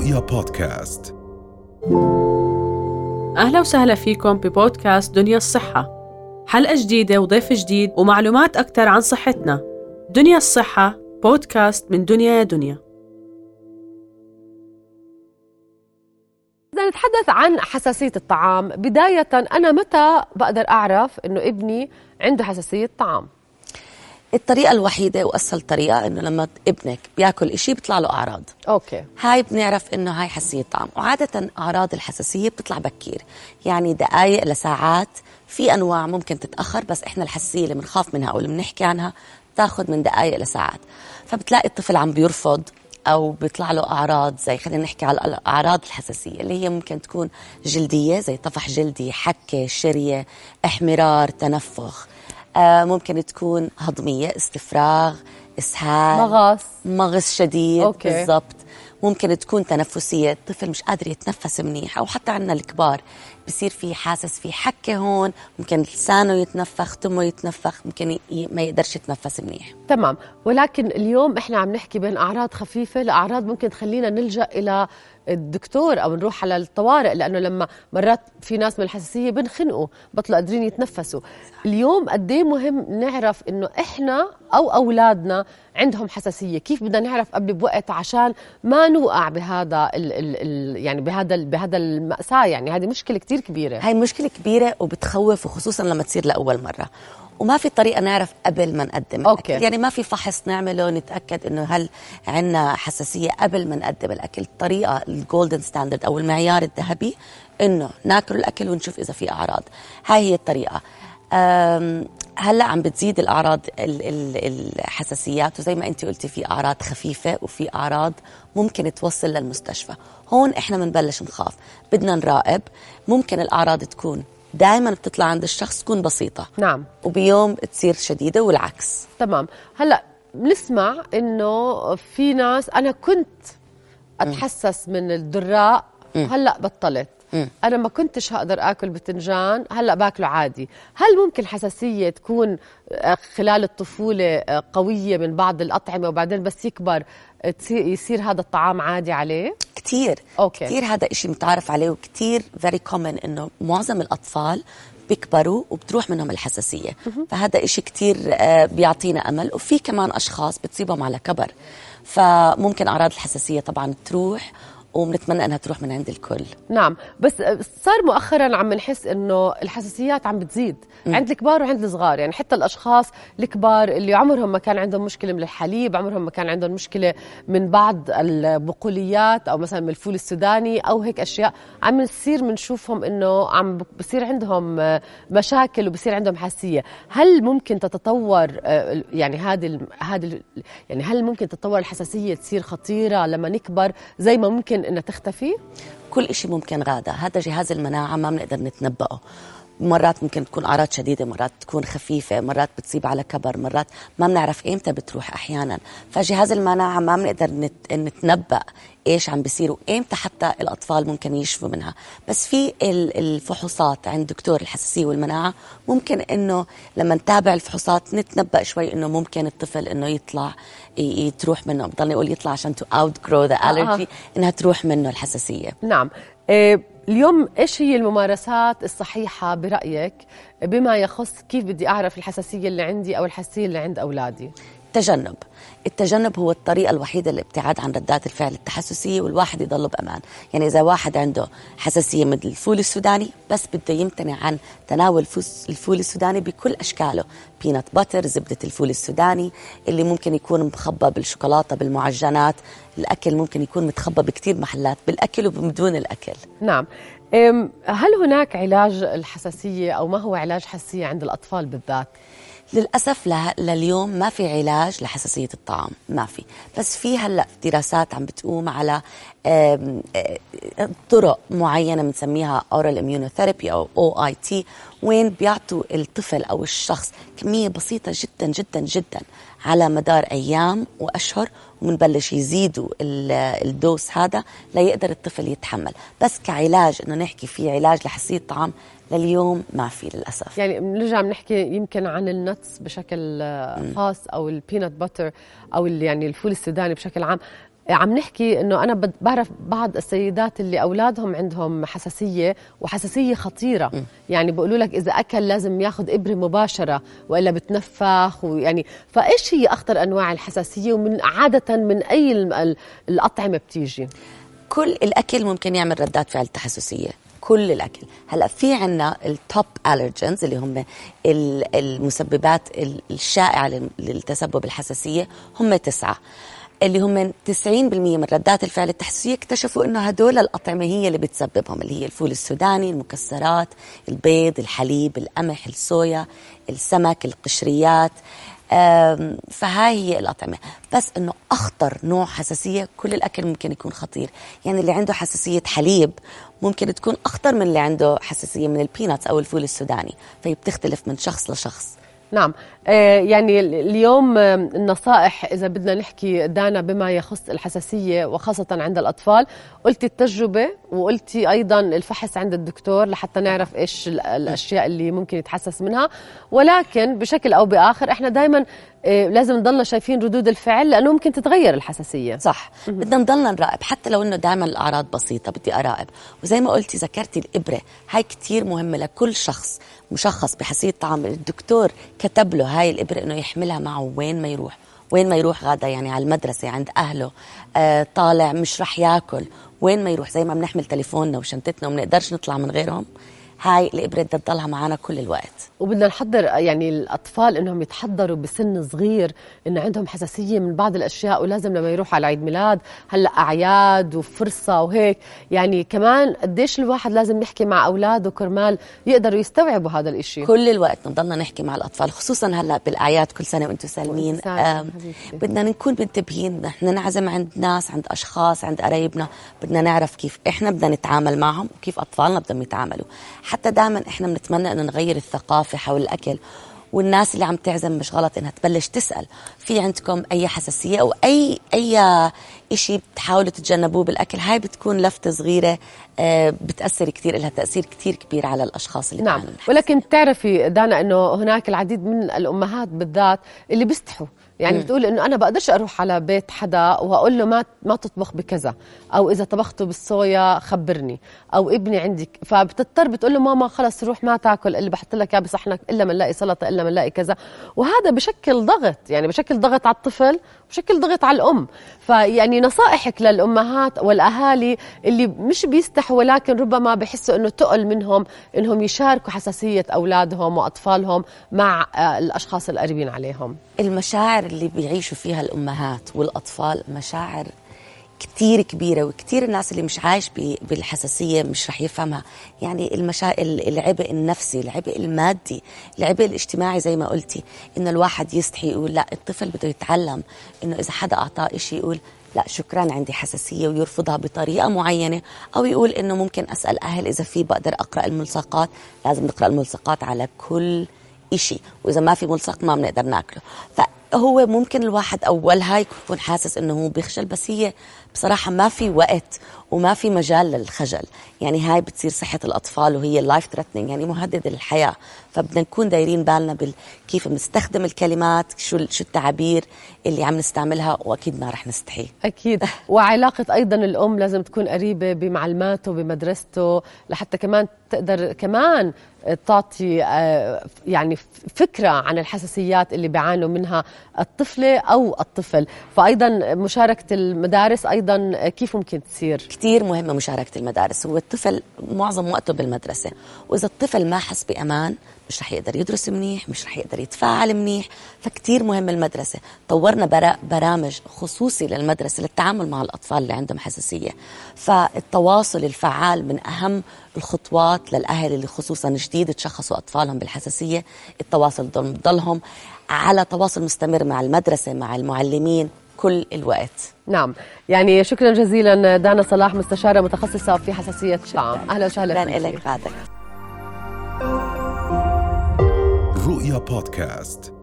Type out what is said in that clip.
رؤيا بودكاست. أهلا وسهلا فيكم ببودكاست دنيا الصحة، حلقة جديدة وضيف جديد ومعلومات أكثر عن صحتنا. دنيا الصحة بودكاست من دنيا يا دنيا. بدنا نتحدث عن حساسية الطعام. بداية، أنا متى بقدر أعرف إنه ابني عنده حساسية طعام؟ الطريقة الوحيدة وأسهل طريقة إنه لما ابنك بياكل إشي بيطلع له أعراض. أوكي. هاي بنعرف إنه هاي حساسية طعام، وعادة أعراض الحساسية بتطلع بكير، يعني دقايق لساعات. في أنواع ممكن تتأخر، بس إحنا الحساسية اللي بنخاف منها أو اللي بنحكي عنها تاخد من دقايق لساعات. فبتلاقي الطفل عم بيرفض أو بيطلع له أعراض، زي خلينا نحكي على الأعراض الحساسية اللي هي ممكن تكون جلدية زي طفح جلدي، حكة، شرية، احمرار، تنفخ. ممكن تكون هضمية، استفراغ، إسهال، مغص شديد. بالضبط. ممكن تكون تنفسية، الطفل مش قادر يتنفس منيح، أو حتى عندنا الكبار بصير في حاسس في حكة هون، ممكن لسانه يتنفخ، تمه يتنفخ، ممكن ما يقدرش يتنفس منيح. تمام. ولكن اليوم إحنا عم نحكي بين أعراض خفيفة لأعراض ممكن تخلينا نلجأ إلى الدكتور أو نروح على الطوارئ، لأنه لما مرات في ناس من الحساسية بنخنقوا، بطلوا قادرين يتنفسوا. اليوم قديه مهم نعرف إنه إحنا أو أولادنا عندهم حساسية، كيف بدنا نعرف قبل بوقت عشان ما نوقع بهذا يعني بهذا المأساة. يعني هذه مشكلة كتير كبيرة. هاي مشكلة كبيرة وبتخوف، وخصوصا لما تصير لأول مرة، وما في طريقة نعرف قبل ما نقدم الأكل. يعني ما في فحص نعمله نتأكد إنه هل عنا حساسية قبل ما نقدم الأكل. الطريقة الجولدن ستاندرد أو المعيار الذهبي إنه ناكل الأكل ونشوف إذا في أعراض. هاي هي الطريقة. هلأ عم بتزيد الأعراض الحساسيات، وزي ما أنت قلتي في أعراض خفيفة وفي أعراض ممكن توصل للمستشفى. هون إحنا منبلش نخاف، بدنا نراقب. ممكن الأعراض تكون دائما بتطلع عند الشخص تكون بسيطة، نعم، وبيوم تصير شديدة، والعكس. تمام. هلأ بنسمع إنه في ناس أنا كنت أتحسس من الدراء، هلأ بطلت. أنا ما كنتش هقدر أكل بتنجان، هلأ باكله عادي. هل ممكن حساسية تكون خلال الطفولة قوية من بعض الأطعمة، وبعدين بس يكبر يصير هذا الطعام عادي عليه؟ كتير. كتير هذا إشي متعارف عليه، وكتير very common إنه معظم الأطفال بيكبروا وبتروح منهم الحساسية. فهذا إشي كتير بيعطينا أمل. وفي كمان أشخاص بتصيبهم على كبر، فممكن أعراض الحساسية طبعا تروح، وبنتمنى أنها تروح من عند الكل. نعم، بس صار مؤخرا عم نحس إنه الحساسيات عم بتزيد عند الكبار وعند الصغار. يعني حتى الأشخاص الكبار اللي عمرهم ما كان عندهم مشكلة من الحليب، عمرهم ما كان عندهم مشكلة من بعض البقوليات أو مثلا من الفول السوداني أو هيك أشياء، عم نصير منشوفهم إنه عم بصير عندهم مشاكل وبصير عندهم حساسية. هل ممكن تتطور يعني يعني هل ممكن تتطور الحساسية تصير خطيرة لما نكبر زي ما ممكن إنها تختفي؟ كل إشي ممكن غادة. هذا جهاز المناعة ما بنقدر نتنبأه. مرات ممكن تكون أعراض شديدة، مرات تكون خفيفة، مرات بتصيب على كبر، مرات ما بنعرف إمتى بتروح أحيانا. فجهاز المناعة ما بنقدر نتنبأ إيش عم بيصير وإمتى حتى الأطفال ممكن يشفوا منها. بس في الفحوصات عند دكتور الحساسية والمناعة، ممكن إنه لما نتابع الفحوصات نتنبأ شوي إنه ممكن الطفل إنه يطلع تروح منه، بضل يقول يطلع عشان to outgrow the allergy، إنها تروح منه الحساسية. نعم. اليوم إيش هي الممارسات الصحيحة برأيك بما يخص كيف بدي أعرف الحساسية اللي عندي أو الحساسية اللي عند أولادي؟ التجنب هو الطريقة الوحيدة للابتعاد عن ردات الفعل التحسسية، والواحد يضل بأمان. يعني إذا واحد عنده حساسية من الفول السوداني، بس بده يمتنع عن تناول الفول السوداني بكل أشكاله، بينات باتر، زبدة الفول السوداني اللي ممكن يكون مخبى بالشوكولاتة، بالمعجنات. الأكل ممكن يكون متخبى بكتير محلات بالأكل وبدون الأكل. نعم. هل هناك علاج الحساسية أو ما هو علاج حساسية عند الأطفال بالذات؟ للأسف لليوم ما في علاج لحساسية الطعام، ما في. بس في هلأ دراسات عم بتقوم على طرق معينة بنسميها oral immunotherapy أو OIT، وين بيعطوا الطفل أو الشخص كمية بسيطة جدا جدا جدا على مدار أيام وأشهر، ومنبلش يزيدوا الدوس هذا ليقدر الطفل يتحمل. بس كعلاج إنه نحكي فيه علاج لحساسية الطعام لليوم ما في للأسف. يعني بنرجع بنحكي يمكن عن النتس بشكل خاص، أو البينات باتر، أو يعني الفول السوداني بشكل عام. عم نحكي إنه أنا بعرف بعض السيدات اللي أولادهم عندهم حساسية وحساسية خطيرة. يعني بيقولوا لك إذا أكل لازم ياخد إبرة مباشرة وإلا بتنفخ. ويعني فإيش هي أخطر أنواع الحساسية ومن عادة من أي الأطعمة بتيجي؟ كل الأكل ممكن يعمل ردات فعل تحسسية، كل الأكل. هلأ في عنا التوب ألرجنز اللي هم المسببات الشائعة للتسبب الحساسية، هم 9 اللي هم 90% من ردات الفعل التحسسية. اكتشفوا إنه هدول الأطعمة هي اللي بتسببهم، اللي هي الفول السوداني، المكسرات، البيض، الحليب، القمح، الصويا، السمك، القشريات. فهاي هي الأطعمة. بس إنه أخطر نوع حساسية، كل الأكل ممكن يكون خطير. يعني اللي عنده حساسية حليب ممكن تكون أخطر من اللي عنده حساسية من البيناتس أو الفول السوداني، فهي بتختلف من شخص لشخص. نعم. يعني اليوم النصائح إذا بدنا نحكي دانا بما يخص الحساسية وخاصة عند الأطفال، قلتي التجربة وقلتي أيضا الفحص عند الدكتور لحتى نعرف إيش الأشياء اللي ممكن يتحسس منها. ولكن بشكل أو بآخر إحنا دايما لازم نضلنا شايفين ردود الفعل لأنه ممكن تتغير الحساسية. صح. بدنا نضلنا نراقب حتى لو إنه دائما الأعراض بسيطة، بدي أراقب. وزي ما قلتي ذكرتي الإبرة، هاي كتير مهمة لكل شخص مشخص بحساسية طعام. الدكتور كتب له هاي الإبرة إنه يحملها معه وين ما يروح. وين ما يروح غادا، يعني على المدرسة، عند أهله، طالع مش رح ياكل، وين ما يروح. زي ما بنحمل تليفوننا وشنطتنا ومنقدرش نطلع من غيرهم، هاي الإبرة بدها تضلها معنا كل الوقت. وبدنا نحضر يعني الأطفال إنهم يتحضروا بسن صغير إن عندهم حساسية من بعض الأشياء، ولازم لما يروح على عيد ميلاد هلأ أعياد وفرصة وهيك، يعني كمان قديش الواحد لازم يحكي مع أولاده كرمال يقدروا يستوعبوا هذا الإشي. كل الوقت نضلنا نحكي مع الأطفال، خصوصا هلأ بالأعياد، كل سنة وأنتم سالمين. بدنا نكون منتبهين، نحن نعزم عند ناس، عند أشخاص، عند قرايبنا، بدنا نعرف كيف إحنا بدنا نتعامل معهم وكيف أطفالنا بدهم يتعاملوا. حتى دائما إحنا بنتمنى إنه نغير الثقافة حول الأكل، والناس اللي عم تعزم مش غلط إنها تبلش تسأل في عندكم أي حساسية أو أي إشي بتحاولوا تتجنبوه بالأكل. هاي بتكون لفتة صغيرة بتأثر كتير، لها تأثير كتير كبير على الأشخاص اللي نعم. ولكن تعرفي دانا إنه هناك العديد من الأمهات بالذات اللي بيستحوا، يعني بتقول إنه أنا بقدرش أروح على بيت حدا وأقول له ما تطبخ بكذا، أو إذا طبخته بالصويا خبرني، أو ابني عندك، فبتضطر بتقول له ماما خلص روح ما تاكل اللي بحط لك إياه بصحنك إلا ما نلاقي سلطة، إلا ما نلاقي كذا. وهذا بشكل ضغط، يعني بشكل ضغط على الطفل، بشكل ضغط على الأم. فيعني نصائحك للأمهات والأهالي اللي مش بيستحوا ولكن ربما بحسوا إنه تقل منهم إنهم يشاركوا حساسية أولادهم وأطفالهم مع الأشخاص القريبين عليهم. المشاعر اللي بيعيشوا فيها الأمهات والأطفال مشاعر كتير كبيرة، وكتير الناس اللي مش عايش بالحساسية مش رح يفهمها. يعني العبء النفسي، العبء المادي، العبء الاجتماعي، زي ما قلتي إنه الواحد يستحي يقول لا. الطفل بده يتعلم إنه إذا حدا أعطاه إشي يقول لا شكرا عندي حساسية ويرفضها بطريقة معينة، أو يقول إنه ممكن أسأل أهل إذا في بقدر أقرأ الملصقات. لازم نقرأ الملصقات على كل إشي، وإذا ما في ملصق ما بنقدر ناكله. فهو ممكن الواحد أولها يكون حاسس إنه هو بيخجل، بس هي بصراحة ما في وقت وما في مجال للخجل. يعني هاي بتصير صحة الأطفال وهي لايف ثريتنينج، يعني مهددة للحياة. فبدنا نكون دايرين بالنا كيف بنستخدم الكلمات، شو التعابير اللي عم نستعملها، وأكيد ما رح نستحي. أكيد. وعلاقة أيضا الأم لازم تكون قريبة بمعلماته بمدرسته، لحتى كمان تقدر كمان تعطي يعني فكرة عن الحساسيات اللي بيعانوا منها الطفلة أو الطفل. فأيضا مشاركة المدارس أيضا كيف ممكن تصير؟ كتير مهمة مشاركة المدارس. هو الطفل معظم وقته بالمدرسة، وإذا الطفل ما حس بأمان مش رح يقدر يدرس منيح، مش رح يقدر يتفاعل منيح. فكتير مهم المدرسة. طورنا برامج خصوصي للمدرسة للتعامل مع الأطفال اللي عندهم حساسية. فالتواصل الفعال من أهم الخطوات للأهل اللي خصوصا جديد تشخصوا أطفالهم بالحساسية. التواصل ضلهم على تواصل مستمر مع المدرسة، مع المعلمين كل الوقت. نعم. يعني شكرا جزيلا دانا صلاح، مستشارة متخصصة في حساسية الطعام. أهلا وسهلا فيك. شكرا لك. رؤيا بودكاست.